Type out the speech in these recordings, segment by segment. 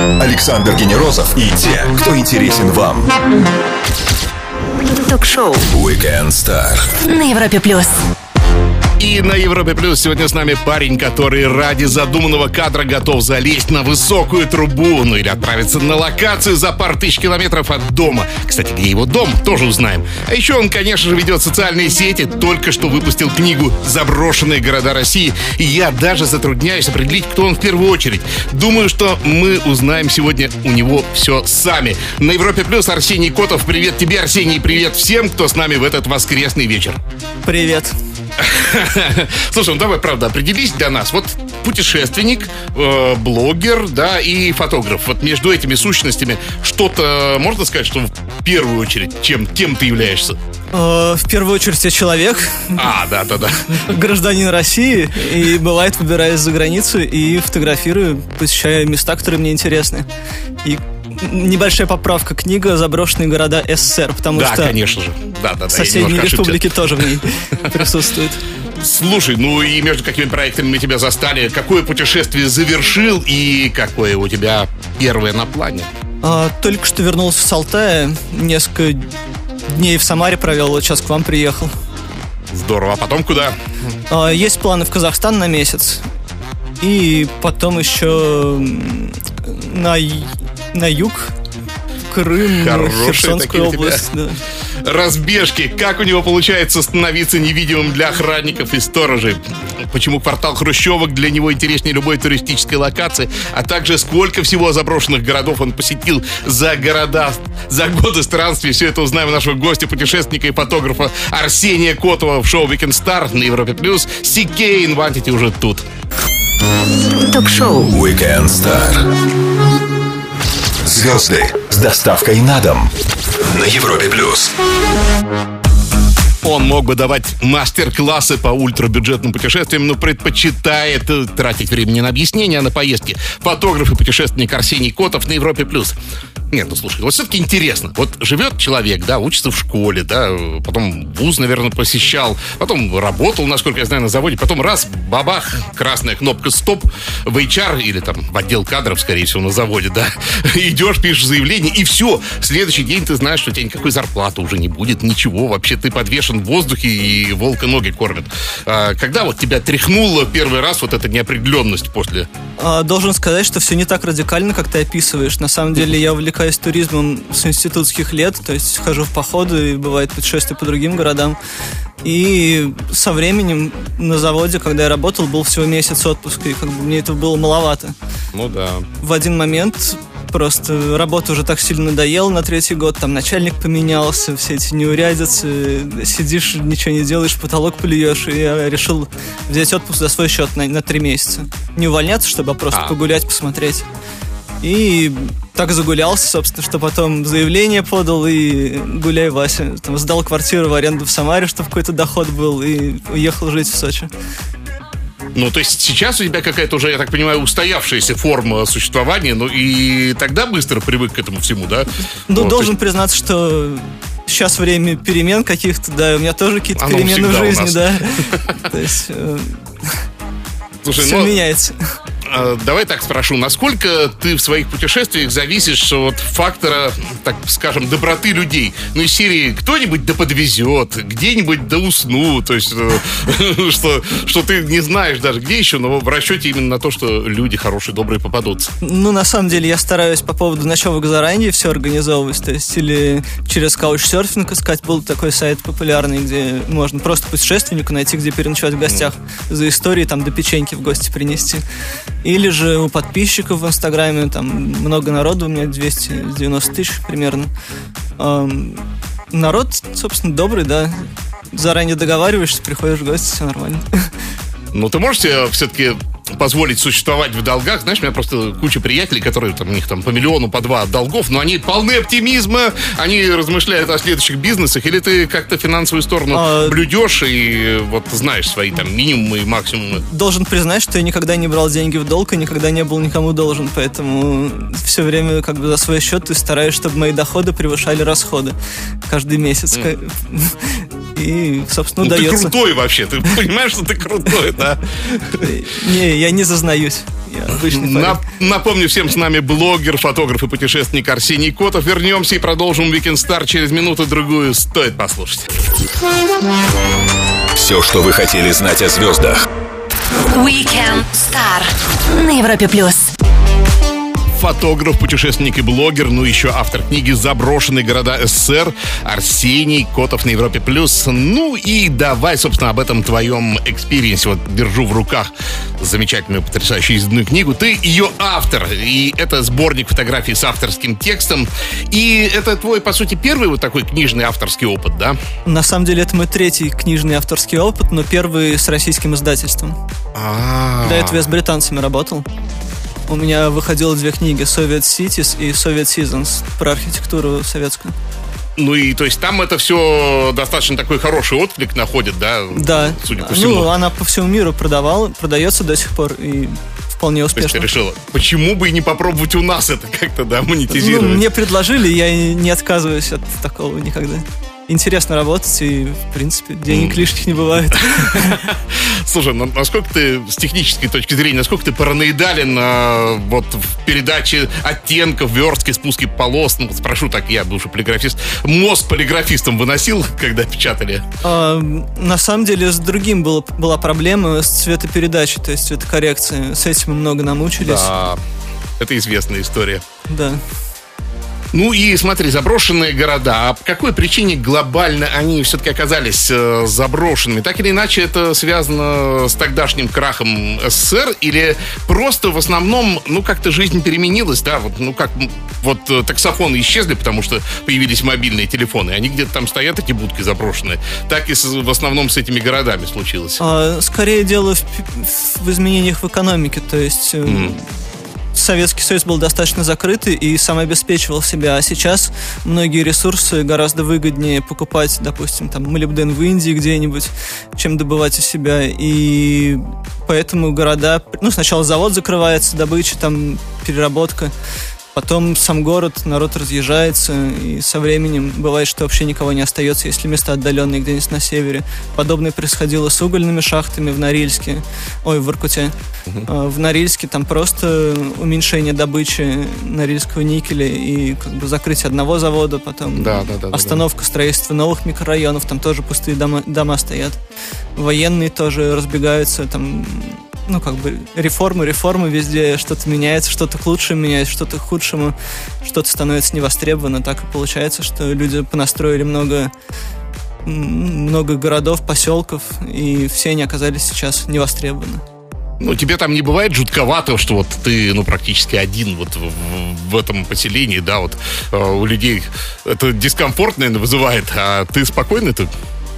Александр Генерозов и те, кто интересен вам. Ток-шоу Weekend Star на Европе Плюс. И на Европе Плюс сегодня с нами парень, который ради задуманного кадра готов залезть на высокую трубу, ну или отправиться на локацию за пару тысяч километров от дома. Кстати, где его дом, тоже узнаем. А еще он, конечно же, ведет социальные сети, только что выпустил книгу «Заброшенные города России». И я даже затрудняюсь определить, кто он в первую очередь. Думаю, что мы узнаем сегодня у него все сами. На Европе Плюс Арсений Котов. Привет тебе, Арсений, привет всем, кто с нами в этот воскресный вечер. Привет. Слушай, ну давай, правда, определись для нас. Вот путешественник, блогер, да, и фотограф. Вот между этими сущностями что-то можно сказать, что в первую очередь, кем ты являешься? В первую очередь я человек. Да. Гражданин России. И бывает, выбираюсь за границу и фотографирую, посещаю места, которые мне интересны. И небольшая поправка: книга «Заброшенные города СССР», потому что конечно же. Да, соседние республики тоже в ней присутствуют. Слушай, ну и между какими проектами мы тебя застали? Какое путешествие завершил и какое у тебя первое на плане? Только что вернулся с Алтая. Несколько дней в Самаре провел, вот сейчас к вам приехал. Здорово, а потом куда? Есть планы в Казахстан на месяц. И потом еще на юг, Крым, Херсонскую область. Да. Разбежки. Как у него получается становиться невидимым для охранников и сторожей? Почему квартал хрущевок для него интереснее любой туристической локации? А также сколько всего заброшенных городов он посетил за годы странствий? Все это узнаем у нашего гостя, путешественника и фотографа Арсения Котова в шоу Weekend Star на Европе Плюс. CK Invanity уже тут. Ток-шоу Weekend Star. Звезды с доставкой на дом на Европе Плюс. Он мог бы давать мастер-классы по ультрабюджетным путешествиям, но предпочитает тратить время на объяснения, а на поездки. Фотограф и путешественник Арсений Котов на Европе Плюс. Нет, ну слушай, вот все-таки интересно. Вот живет человек, да, учится в школе, да, потом вуз, наверное, посещал, потом работал, насколько я знаю, на заводе, потом раз, бабах, красная кнопка «Стоп» в HR или там в отдел кадров, скорее всего, на заводе, да. Идешь, пишешь заявление, и все. В следующий день ты знаешь, что у тебя никакой зарплаты уже не будет, ничего. Вообще ты подвешен в воздухе и волка ноги кормят. Когда вот тебя тряхнуло первый раз вот эта неопределенность после? Должен сказать, что все не так радикально, как ты описываешь. На самом деле я увлекаюсь туризмом с институтских лет, то есть хожу в походы, и бывает путешествия по другим городам. И со временем на заводе, когда я работал, был всего месяц отпуска, и как бы мне этого было маловато. Ну да. В один момент просто работа уже так сильно надоела на третий год, там начальник поменялся, все эти неурядицы, сидишь, ничего не делаешь, потолок плюешь, и я решил взять отпуск за свой счет на 3 месяца. Не увольняться, чтобы просто погулять, посмотреть. И так загулялся, собственно, что потом заявление подал и гуляй, Вася. Там сдал квартиру в аренду в Самаре, чтобы какой-то доход был, и уехал жить в Сочи. Ну, то есть сейчас у тебя какая-то уже, я так понимаю, устоявшаяся форма существования, ну и тогда быстро привык к этому всему, да? Ну, вот, должен признаться, что сейчас время перемен каких-то, да, у меня тоже какие-то перемены в жизни, да. То есть все меняется. Давай так спрошу, насколько ты в своих путешествиях зависишь от фактора, так скажем, доброты людей? Ну, из серии кто-нибудь да подвезет, где-нибудь да усну, то есть, что ты не знаешь даже где еще, но в расчете именно на то, что люди хорошие, добрые попадутся. Ну, на самом деле, я стараюсь по поводу ночевок заранее все организовывать, то есть, или через каучсерфинг искать. Был такой сайт популярный, где можно просто путешественнику найти, где переночевать в гостях, за историей там до печеньки в гости принести. Или же у подписчиков в Инстаграме, там много народу, у меня 290 тысяч примерно. Народ, собственно, добрый, да. Заранее договариваешься, приходишь в гости, все нормально. Ну, ты можешь себе все-таки позволить существовать в долгах? Знаешь, у меня просто куча приятелей, которые там, у них там по миллиону, по 2 долгов, но они полны оптимизма, они размышляют о следующих бизнесах, или ты как-то финансовую сторону блюдешь и вот знаешь свои там минимумы и максимумы? Должен признать, что я никогда не брал деньги в долг и никогда не был никому должен, поэтому все время как бы за свой счет и стараюсь, чтобы мои доходы превышали расходы каждый месяц. И, собственно, удается. Ты крутой вообще, ты понимаешь, что ты крутой, да? Не, я не зазнаюсь. обычный парень. Напомню всем, с нами блогер, фотограф и путешественник Арсений Котов. Вернемся и продолжим Weekend Star через минуту-другую. Стоит послушать. Все, что вы хотели знать о звездах. Weekend Star на Европе плюс. Фотограф, путешественник и блогер, ну еще автор книги «Заброшенные города СССР» Арсений Котов на Европе+. Ну и давай, собственно, об этом твоем экспириенсе. Вот держу в руках замечательную, потрясающую изданную книгу. Ты ее автор, и это сборник фотографий с авторским текстом. И это твой, по сути, первый вот такой книжный авторский опыт, да? На самом деле, это мой третий книжный авторский опыт, но первый с российским издательством. До этого я с британцами работал. У меня выходило 2 книги: Soviet Cities и Soviet Seasons, про архитектуру советскую. Ну и то есть там это все достаточно такой хороший отклик находит, да? Да. Судя по всему. Ну, она по всему миру продается до сих пор и вполне успешно. То есть ты решила, почему бы и не попробовать у нас это как-то, да, монетизировать? Ну, мне предложили, я не отказываюсь от такого никогда. Интересно работать, и, в принципе, денег лишних не бывает. Слушай, насколько ты, с технической точки зрения, насколько ты параноидален вот в передаче оттенков, верстки, спуске полос? Ну, спрошу так, я бывший полиграфист. Мозг полиграфистом выносил, когда печатали? На самом деле, с другим была проблема, с цветопередачей, то есть цветокоррекцией. С этим мы много намучились. Да, это известная история. Да. Ну и смотри, заброшенные города. А по какой причине глобально они все-таки оказались заброшенными? Так или иначе, это связано с тогдашним крахом СССР? Или просто в основном, ну, как-то жизнь переменилась, да? Вот, ну, как вот таксофоны исчезли, потому что появились мобильные телефоны. Они где-то там стоят, эти будки заброшенные. Так и в основном с этими городами случилось. Скорее дело в изменениях в экономике, то есть... Советский Союз был достаточно закрытый и самообеспечивал себя, а сейчас многие ресурсы гораздо выгоднее покупать, допустим, там молибден в Индии где-нибудь, чем добывать у себя, и поэтому города, ну, сначала завод закрывается, добыча, там, переработка, потом сам город, народ разъезжается, и со временем бывает, что вообще никого не остается, если места отдаленные где-нибудь на севере. Подобное происходило с угольными шахтами в Норильске, в Воркуте. В Норильске там просто уменьшение добычи норильского никеля и как бы закрытие одного завода, потом остановка строительства новых микрорайонов, там тоже пустые дома стоят. Военные тоже разбегаются, там... Ну, как бы реформы, везде что-то меняется, что-то к лучшему меняется, что-то к худшему, что-то становится невостребовано. Так и получается, что люди понастроили много городов, поселков, и все они оказались сейчас невостребованы. Ну, тебе там не бывает жутковато, что вот ты, ну, практически один вот в этом поселении, да, вот у людей это дискомфорт, наверное, вызывает, а ты спокойный тут?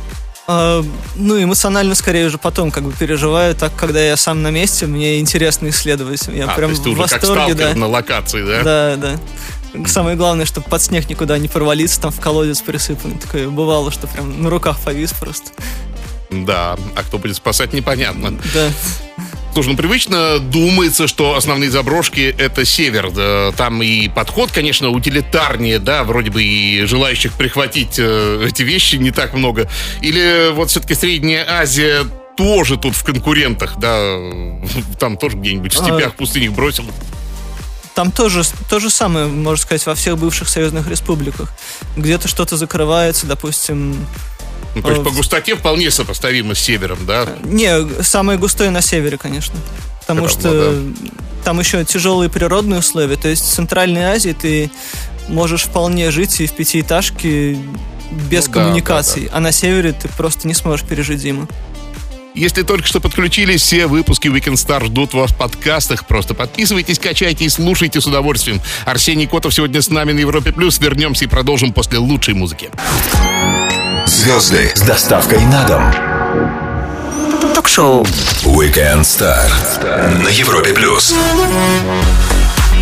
Ну, эмоционально скорее уже потом как бы переживаю, так, когда я сам на месте, мне интересно исследовать. Я прям то есть ты в уже восторге, как сталкер да. на локации, да? Да. Самое главное, чтобы под снег никуда не провалиться, там в колодец присыпанный. Такое бывало, что прям на руках повис просто. Да, а кто будет спасать, непонятно. Да. Слушай, ну привычно думается, что основные заброшки — это север. Да, там и подход, конечно, утилитарнее, да, вроде бы и желающих прихватить эти вещи не так много. Или вот все-таки Средняя Азия тоже тут в конкурентах, да, там тоже где-нибудь в степях, пустынях бросил. Там тоже то же самое, можно сказать, во всех бывших союзных республиках. Где-то что-то закрывается, допустим... Ну, то есть по густоте вполне сопоставимо с севером, да? Не, самое густое на севере, конечно. Потому что там еще тяжелые природные условия. То есть в Центральной Азии ты можешь вполне жить и в пятиэтажке без коммуникаций. А на севере ты просто не сможешь пережить зиму. Если только что подключились, все выпуски Weekend Star ждут вас в подкастах. Просто подписывайтесь, качайте и слушайте с удовольствием. Арсений Котов сегодня с нами на Европе+. Вернемся и продолжим после лучшей музыки. Звезды с доставкой на дом. Ток-шоу Weekend Star на Европе+.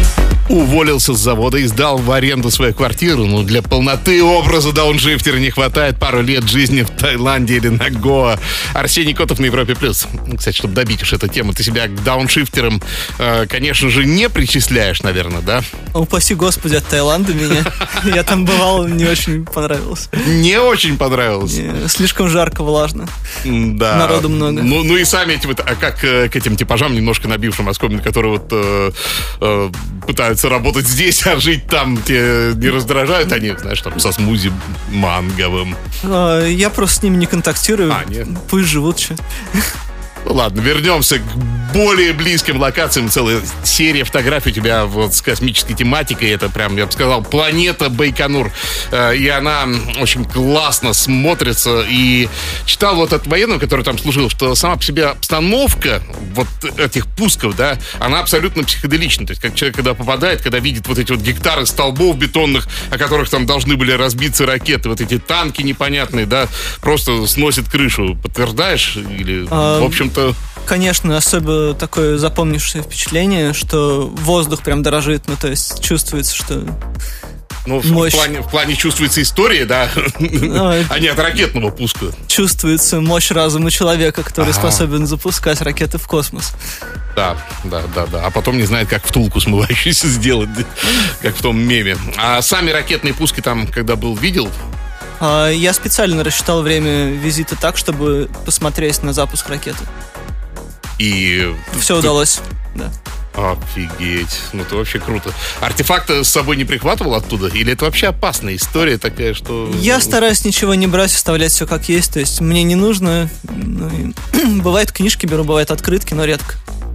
уволился с завода и сдал в аренду свою квартиру. Ну, для полноты образа дауншифтера не хватает пару лет жизни в Таиланде или на Гоа. Арсений Котов на Европе+. Кстати, чтобы добить уж эту тему, ты себя к дауншифтерам, конечно же, не причисляешь, наверное, да? Упаси Господи от Таиланда меня. Я там бывал, не очень понравилось. Не очень понравилось? Слишком жарко, влажно. Да. Народу много. Ну и сами эти вот, как к этим типажам, немножко набившим оскомину, которые вот пытаются работать здесь, а жить там, те не раздражают они, знаешь, там со смузи манговым. Я просто с ними не контактирую. Нет. Пусть живут что. Ну ладно, вернемся к более близким локациям. Целая серия фотографий у тебя вот с космической тематикой. Это прям, я бы сказал, планета Байконур. И она очень классно смотрится. И читал вот от военного, который там служил, что сама по себе обстановка вот этих пусков, да, она абсолютно психоделична. То есть как человек, когда попадает, когда видит вот эти вот гектары столбов бетонных, о которых там должны были разбиться ракеты, вот эти танки непонятные, да, просто сносит крышу. Подтверждаешь? Или, в общем-то... Конечно, особо такое запомнившееся впечатление, что воздух прям дорожит, ну, то есть чувствуется, что... Ну, в плане чувствуется история, да, а не от ракетного пуска. Чувствуется мощь разума человека, который способен запускать ракеты в космос. Да. А потом не знает, как втулку смывающуюся сделать, как в том меме. А сами ракетные пуски там, когда был, видел? Я специально рассчитал время визита так, чтобы посмотреть на запуск ракеты. И... Все удалось, да. Офигеть, ну это вообще круто. Артефакты с собой не прихватывал оттуда? Или это вообще опасная история такая, что... Я стараюсь ничего не брать, оставлять все как есть. То есть мне не нужно. Бывает книжки беру, бывает открытки, но редко.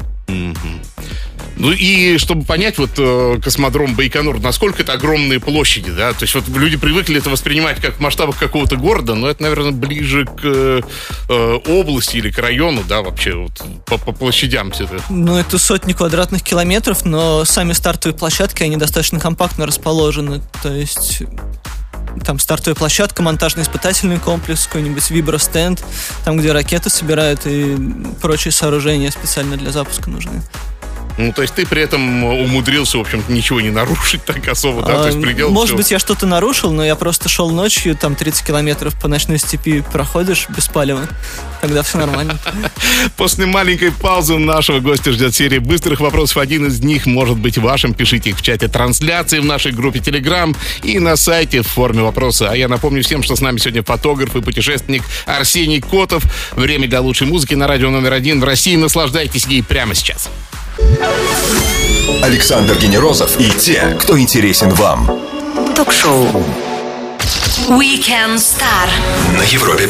Ну и чтобы понять, вот космодром Байконур, насколько это огромные площади, да? То есть вот люди привыкли это воспринимать как в масштабах какого-то города, но это, наверное, ближе к области или к району, да, вообще вот по площадям все это. Ну, это сотни квадратных километров, но сами стартовые площадки, они достаточно компактно расположены. То есть... Там стартовая площадка, монтажно-испытательный комплекс, какой-нибудь вибростенд, там, где ракеты собирают и прочие сооружения специально для запуска нужны. Ну, то есть ты при этом умудрился, в общем-то, ничего не нарушить так особо, да? То есть предел... Может быть, я что-то нарушил, но я просто шел ночью, там 30 километров по ночной степи проходишь без палева. Тогда все нормально. После маленькой паузы нашего гостя ждет серия быстрых вопросов. Один из них может быть вашим. Пишите их в чате трансляции в нашей группе Telegram и на сайте в форме вопроса. А я напомню всем, что с нами сегодня фотограф и путешественник Арсений Котов. Время для лучшей музыки на радио номер 1 в России. Наслаждайтесь ей прямо сейчас. Александр Генерозов и те, кто интересен вам. Ток-шоу Weekend Star На Европе+.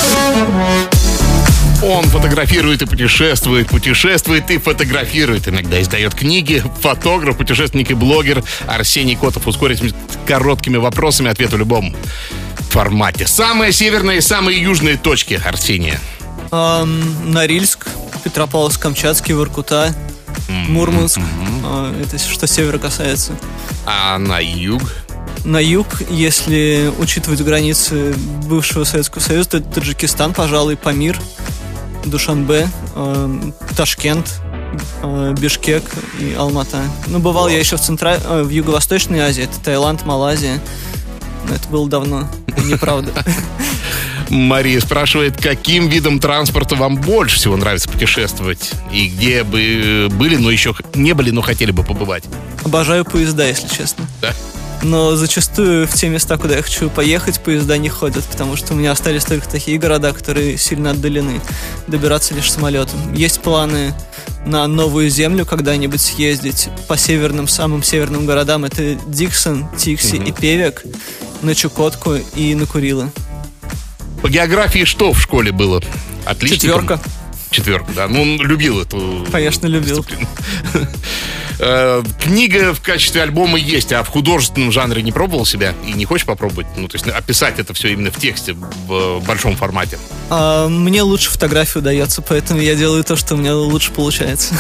Он фотографирует и путешествует и фотографирует. Иногда издает книги. Фотограф, путешественник и блогер Арсений Котов. Ускорить короткими вопросами ответ в любом формате. Самые северные и самые южные точки Арсения. Норильск, Петропавловск-Камчатский, Воркута, Мурманск. Это что севера касается. А на юг? На юг, если учитывать границы бывшего Советского Союза, то это Таджикистан, пожалуй, Памир, Душанбе, Ташкент, Бишкек и Алмата. Ну, бывал я еще в Юго-Восточной Азии, это Таиланд, Малайзия. Но это было давно, и неправда. Мария спрашивает, каким видом транспорта вам больше всего нравится путешествовать? И где бы были, но еще не были, но хотели бы побывать? Обожаю поезда, если честно. Да? Но зачастую в те места, куда я хочу поехать, поезда не ходят, потому что у меня остались только такие города, которые сильно отдалены. Добираться лишь самолетом. Есть планы на Новую Землю когда-нибудь съездить по самым северным городам. Это Диксон, Тикси и Певек, на Чукотку и на Курилы. По географии что в школе было? Отличником? Четверка, да. Ну, он любил эту... Конечно, любил. Дисциплину. Книга в качестве альбома есть, а в художественном жанре не пробовал себя? И не хочешь попробовать? Ну, то есть описать это все именно в тексте, в большом формате? Мне лучше фотографии удается, поэтому я делаю то, что у меня лучше получается.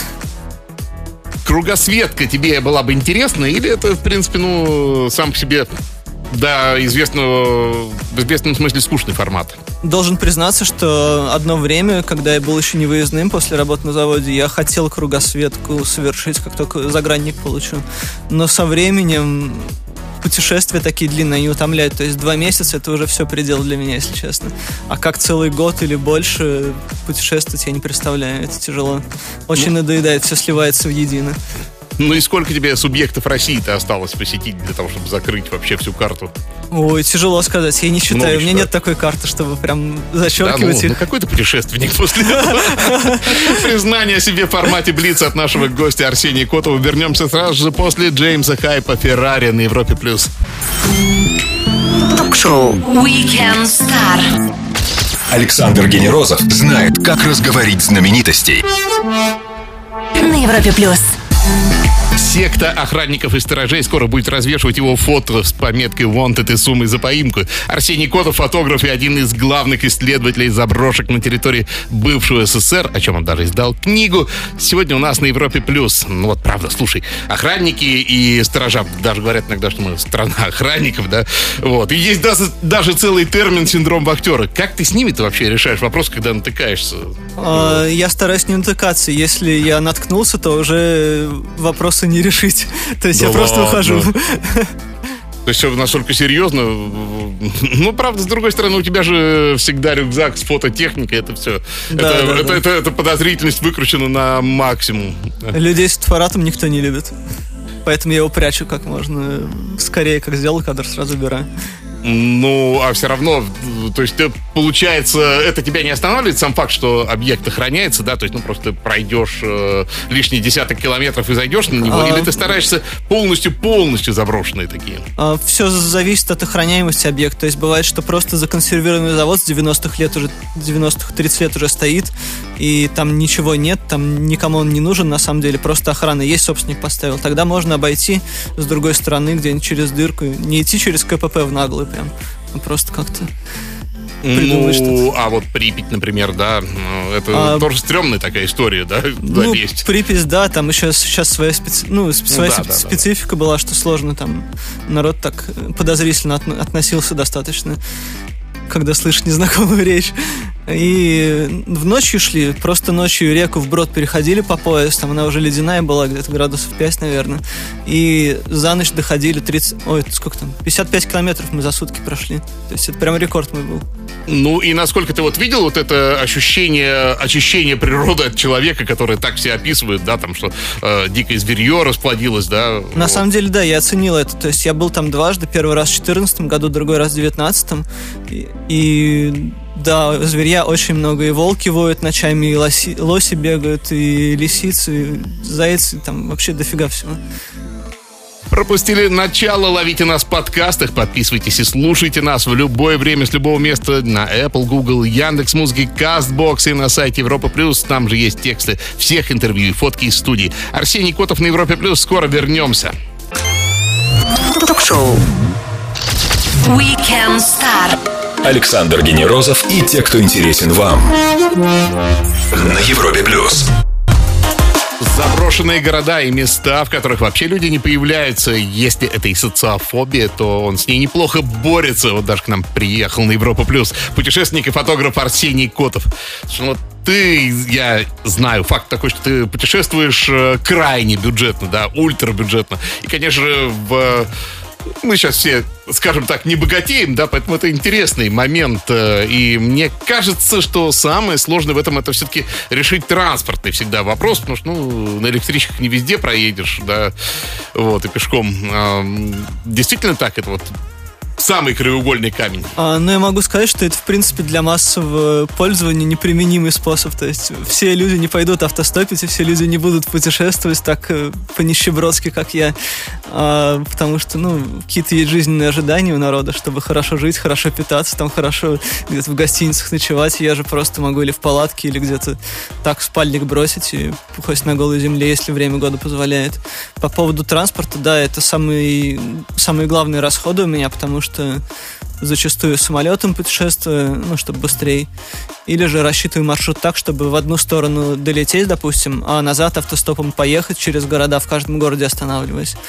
Кругосветка тебе была бы интересна? Или это, в принципе, сам по себе в известном смысле скучный формат. Должен признаться, что одно время, когда я был еще не выездным после работы на заводе, я хотел кругосветку совершить, как только загранник получу. Но со временем путешествия такие длинные не утомляют. То есть 2 месяца — это уже все предел для меня, если честно. А как целый год или больше путешествовать, я не представляю. Это тяжело. Очень надоедает, все сливается в едино. Ну и сколько тебе субъектов России-то осталось посетить для того, чтобы закрыть вообще всю карту? Ой, тяжело сказать, я не считаю. У меня нет такой карты, чтобы прям зачеркивать их. Ну какой ты путешественник после этого. Признание о себе в формате Блица от нашего гостя Арсения Котова. Вернемся сразу же после Джеймса Хайпа «Феррари» на Европе+. Ток-шоу Weekend Star. Александр Генерозов знает, как разговорить знаменитостей. На Европе+. Секта охранников и сторожей скоро будет развешивать его фото с пометкой «Wanted» и суммой за поимку. Арсений Котов, фотограф и один из главных исследователей заброшек на территории бывшего СССР, о чем он даже издал книгу. Сегодня у нас на Европе+. Ну вот, правда, слушай, охранники и сторожа, даже говорят иногда, что мы страна охранников, да? Вот. И есть даже целый термин «синдром вахтера». Как ты с ними-то вообще решаешь вопрос, когда натыкаешься? Я стараюсь не натыкаться. Если я наткнулся, то уже вопросы не решить. То есть я просто ухожу. То есть все настолько серьезно. Ну, правда, с другой стороны, у тебя же всегда рюкзак с фототехникой. Это все. Это подозрительность выкручена на максимум. Людей с фотоаппаратом никто не любит. Поэтому я его прячу как можно скорее. Как сделал кадр, сразу убираю. Ну, а все равно, то есть, получается, это тебя не останавливает сам факт, что объект охраняется, да? То есть, просто пройдешь лишний десяток километров и зайдешь на него, или ты стараешься полностью заброшенные такие? Все зависит от охраняемости объекта. То есть, бывает, что просто законсервированный завод с 90-х лет уже, 90-х, 30 лет уже стоит, и там ничего нет, там никому он не нужен, на самом деле, просто охрана есть, собственник поставил. Тогда можно обойти с другой стороны, где-нибудь через дырку, не идти через КПП в наглую прям, а просто как-то придумать что-то. А вот Припять, например, да, это тоже стрёмная такая история, да? Ну, Припять, да, там еще сейчас своя специфика была, что сложно, там народ так подозрительно относился достаточно, когда слышишь незнакомую речь. И в ночью шли, просто ночью реку вброд переходили по пояс, там она уже ледяная была, где-то градусов 5, наверное. И за ночь доходили 55 километров мы за сутки прошли. То есть это прям рекорд мой был. Ну и насколько ты вот видел вот это ощущение очищения природы от человека, которое так все описывают, да, там, что дикое зверье расплодилось, да? На самом деле, да, я оценил это. То есть я был там дважды, первый раз в 2014 году, другой раз в 2019. И да, зверья очень много. И волки воют ночами, и лоси бегают, и лисицы, и зайцы, там вообще дофига всего. Пропустили начало? Ловите нас в подкастах, подписывайтесь и слушайте нас в любое время, с любого места на Apple, Google, Яндекс.Музыки, Castbox и на сайте Европа+. Там же есть тексты всех интервью и фотки из студии. Арсений Котов на Европе+. Скоро вернемся. Ток-шоу Weekend Star. Александр Генерозов и те, кто интересен вам. На Европе+. Заброшенные города и места, в которых вообще люди не появляются. Если это и социофобия, то он с ней неплохо борется. Вот даже к нам приехал на Европа+. Путешественник и фотограф Арсений Котов. Вот я знаю факт такой, что ты путешествуешь крайне бюджетно, да, ультрабюджетно. И, конечно же, мы сейчас все, скажем так, не богатеем, да, поэтому это интересный момент. И мне кажется, что самое сложное в этом — это все-таки решить транспортный всегда вопрос, потому что, на электричках не везде проедешь, да, вот, и пешком. Действительно так, это вот самый краеугольный камень. Я могу сказать, что это, в принципе, для массового пользования неприменимый способ. То есть все люди не пойдут автостопить, и все люди не будут путешествовать так по-нищебродски, как я. Потому что, какие-то есть жизненные ожидания у народа, чтобы хорошо жить, хорошо питаться, там хорошо где-то в гостиницах ночевать. Я же просто могу или в палатке, или где-то так в спальник бросить, и хоть на голой земле, если время года позволяет. По поводу транспорта, да, это самые главные расходы у меня, потому что зачастую самолетом путешествую, чтобы быстрее. Или же рассчитываю маршрут так, чтобы в одну сторону долететь, допустим, а назад автостопом поехать через города, в каждом городе останавливаясь.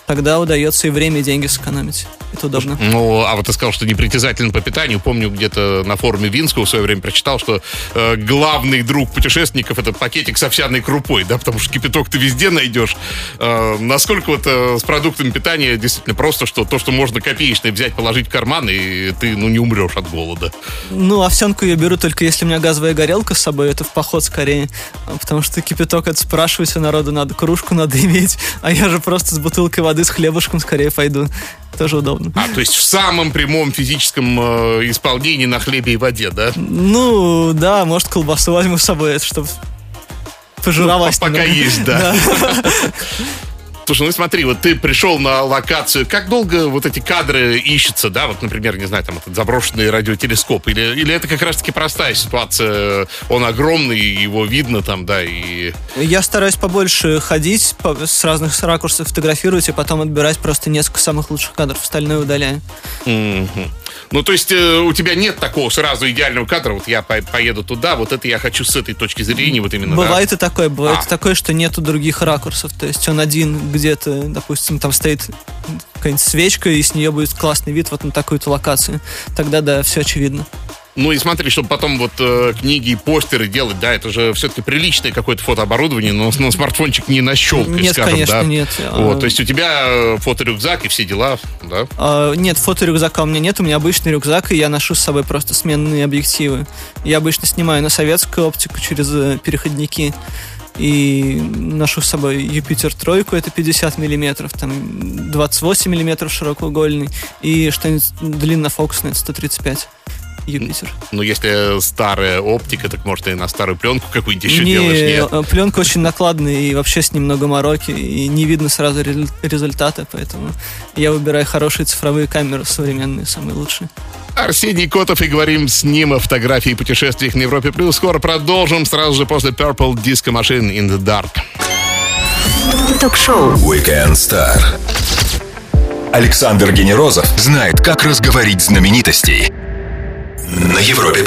Тогда удается и время, и деньги сэкономить. Это удобно. Ну, а вот ты сказал, что непритязателен по питанию. Помню, где-то на форуме Винского в свое время прочитал, что главный друг путешественников — это пакетик с овсяной крупой, да, потому что кипяток ты везде найдешь. Насколько вот с продуктами питания действительно просто, что то, что можно копеечное взять, положить в карман, и ты, не умрешь от голода. Ну, овсянку я беру только если у меня газовая горелка с собой, это в поход скорее. Потому что кипяток — это спрашивать у народу надо, кружку надо иметь, а я же просто с бутылкой воды, с хлебушком скорее пойду. Тоже удобно. То есть в самом прямом физическом исполнении на хлебе и воде, да? Ну, да, может, колбасу возьму с собой, чтобы пожировать. Пока есть, да. Слушай, смотри, вот ты пришел на локацию, как долго вот эти кадры ищутся, да, вот, например, не знаю, там этот заброшенный радиотелескоп, или это как раз-таки простая ситуация, он огромный, его видно там, да, и... Я стараюсь побольше ходить, с разных ракурсов фотографировать, и потом отбирать просто несколько самых лучших кадров, остальное удаляю. Ну, то есть у тебя нет такого сразу идеального кадра, вот я поеду туда, вот это я хочу с этой точки зрения, вот именно, бывает, да? И такое, бывает и такое, что нету других ракурсов, то есть он один где-то, допустим, там стоит какая-нибудь свечка, и с нее будет классный вид вот на такую-то локацию. Тогда, да, все очевидно. Ну и смотри, чтобы потом вот книги и постеры делать, да, это же все-таки приличное какое-то фотооборудование, но на смартфончик не нащелкаешь, нет, скажем, конечно, да? Нет. Вот, то есть у тебя фоторюкзак и все дела, да? Нет, фоторюкзака у меня нет, у меня обычный рюкзак, и я ношу с собой просто сменные объективы. Я обычно снимаю на советскую оптику через переходники, и ношу с собой Юпитер 3, это 50 миллиметров, там 28 миллиметров широкоугольный, и что-нибудь длиннофокусное, это 135. Юпитер. Ну, если старая оптика, так может и на старую пленку какую-нибудь еще делаешь, нет? Пленка очень накладная, и вообще с ней много мороки, и не видно сразу результата, поэтому я выбираю хорошие цифровые камеры, современные, самые лучшие. Арсений Котов, и говорим с ним о фотографии и путешествиях на Европе+. Скоро продолжим, сразу же после Purple Disco Machine in the Dark. Ток-шоу Weekend Star. Александр Генерозов знает, как разговорить знаменитостей на Европе+.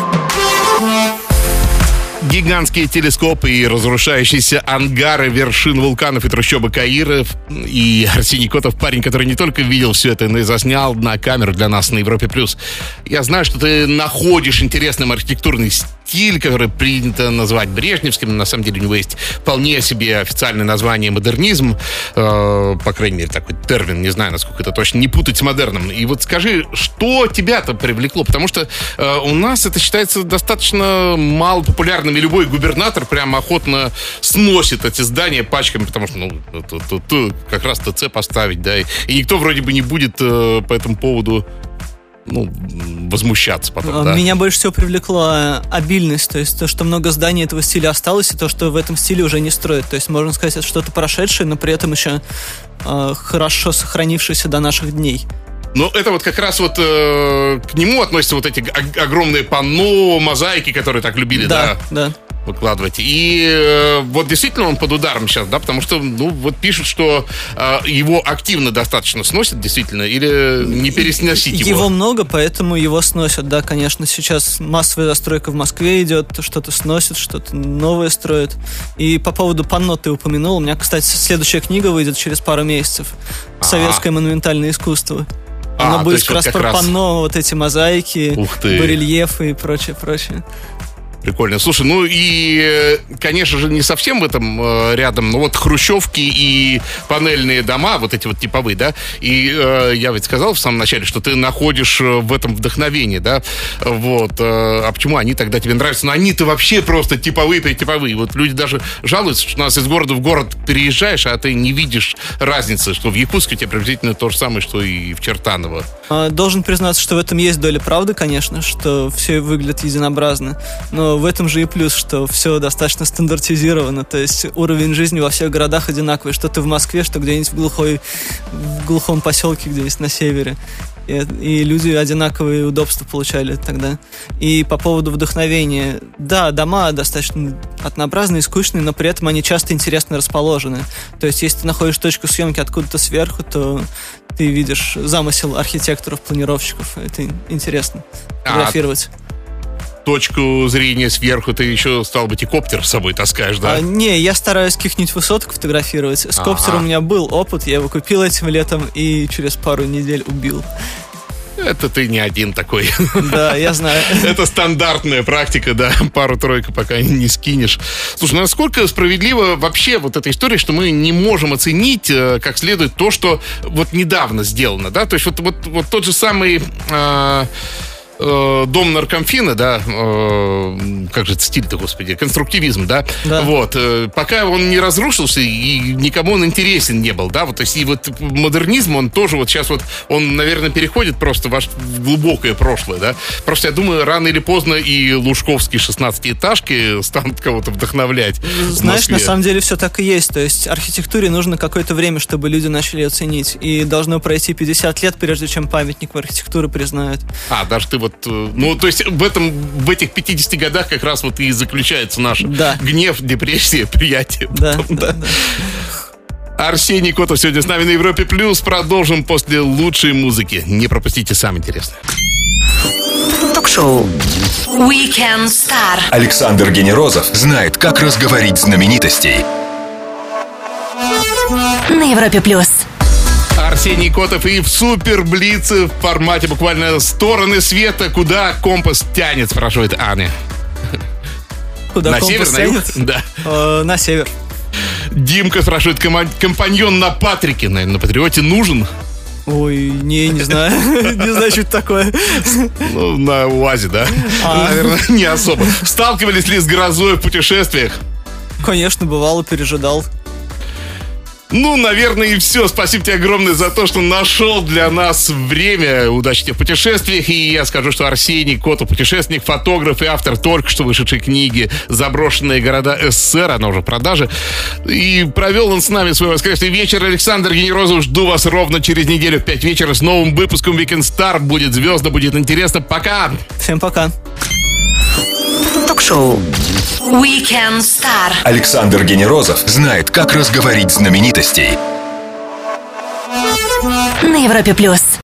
Гигантские телескопы и разрушающиеся ангары вершин вулканов и трущобы Каира. И Арсений Котов, парень, который не только видел все это, но и заснял на камеру для нас на Европе+. Я знаю, что ты находишь интересный архитектурный стиль, который принято называть брежневским. На самом деле у него есть вполне себе официальное название модернизм. По крайней мере, такой термин, не знаю, насколько это точно, не путать с модерном. И вот скажи, что тебя-то привлекло? Потому что у нас это считается достаточно мало популярным, и любой губернатор прямо охотно сносит эти здания пачками, потому что, тут как раз ТЦ поставить, да, и никто вроде бы не будет по этому поводу возмущаться потом, да? Меня больше всего привлекла обильность, то есть то, что много зданий этого стиля осталось, и то, что в этом стиле уже не строят. То есть, можно сказать, это что-то прошедшее, но при этом еще хорошо сохранившееся до наших дней. Ну, это вот как раз вот к нему относятся вот эти огромные панно, мозаики, которые так любили, да? Выкладывать. И вот действительно он под ударом сейчас, да, потому что, вот пишут, что его активно достаточно сносят, действительно, или не пересносить его. Его много, поэтому его сносят, да, конечно. Сейчас массовая застройка в Москве идет, что-то сносят, что-то новое строят. И по поводу панно ты упомянул. У меня, кстати, следующая книга выйдет через пару месяцев. «Советское монументальное искусство». Оно будет как раз про панно, вот эти мозаики, барельефы и прочее. Прикольно. Слушай, и, конечно же, не совсем в этом рядом, но вот хрущевки и панельные дома, вот эти вот типовые, да, и я ведь сказал в самом начале, что ты находишь в этом вдохновение, да, вот, а почему они тогда тебе нравятся? Но они-то вообще просто типовые. Вот люди даже жалуются, что у нас из города в город переезжаешь, а ты не видишь разницы, что в Якутске у тебя приблизительно то же самое, что и в Чертаново. Должен признаться, что в этом есть доля правды, конечно, что все выглядит единообразно, но в этом же и плюс, что все достаточно стандартизировано, то есть уровень жизни во всех городах одинаковый, что ты в Москве, что где-нибудь в глухом поселке, где-нибудь на севере. И люди одинаковые удобства получали тогда. И по поводу вдохновения, да, дома достаточно однообразные, скучные, но при этом они часто интересно расположены. То есть если ты находишь точку съемки откуда-то сверху, то ты видишь замысел архитекторов, планировщиков. Это интересно фотографировать. точку зрения сверху, ты еще, стал быть, и коптер с собой таскаешь, да? Не, я стараюсь каких-нибудь высоток фотографировать. С коптером у меня был опыт, я его купил этим летом и через пару недель убил. Это ты не один такой. Да, я знаю. Это стандартная практика, да, пару-тройку пока не скинешь. Слушай, насколько справедливо вообще вот эта история, что мы не можем оценить как следует то, что вот недавно сделано, да? То есть вот тот же самый... Дом наркомфина, да, как же это стиль-то, господи, конструктивизм, да, вот, пока он не разрушился и никому он интересен не был, да, вот, то есть и вот модернизм, он тоже вот сейчас вот, он, наверное, переходит просто в глубокое прошлое, да, просто я думаю, рано или поздно и лужковские 16-этажки станут кого-то вдохновлять. Знаешь, на самом деле все так и есть, то есть архитектуре нужно какое-то время, чтобы люди начали ее ценить, и должно пройти 50 лет, прежде чем памятник в архитектуре признают. Даже ты вот, ну, то есть в этих 50 годах как раз вот и заключается наш гнев, депрессия, приятие. Да. Арсений Котов сегодня с нами на Европе+. Продолжим после лучшей музыки. Не пропустите самое интересное. Ток-шоу Weekend Star. Александр Генерозов знает, как разговорить знаменитостей. На Европе+. Арсений Котов и в супер-блице в формате буквально стороны света. Куда компас тянет, спрашивает Аня. Куда на компас север, на юг? тянет? Да. На север. Димка спрашивает, компаньон на Патрике, наверное, на Патриоте нужен? Ой, не знаю. Не знаю, что это такое. Ну, на УАЗе, да? Наверное, не особо. Сталкивались ли с грозой в путешествиях? Конечно, бывало, пережидал. Ну, наверное, и все. Спасибо тебе огромное за то, что нашел для нас время. Удачи тебе в путешествиях. И я скажу, что Арсений Котов, путешественник, фотограф и автор только что вышедшей книги «Заброшенные города СССР». Она уже в продаже. И провел он с нами свой воскресный вечер. Александр Генерозов, жду вас ровно через неделю в 5 вечера с новым выпуском Weekend Star. Будет звездно, будет интересно. Пока! Всем пока! Ток-шоу Weekend Star. Александр Генерозов знает, как разговорить знаменитостей. На Европе+.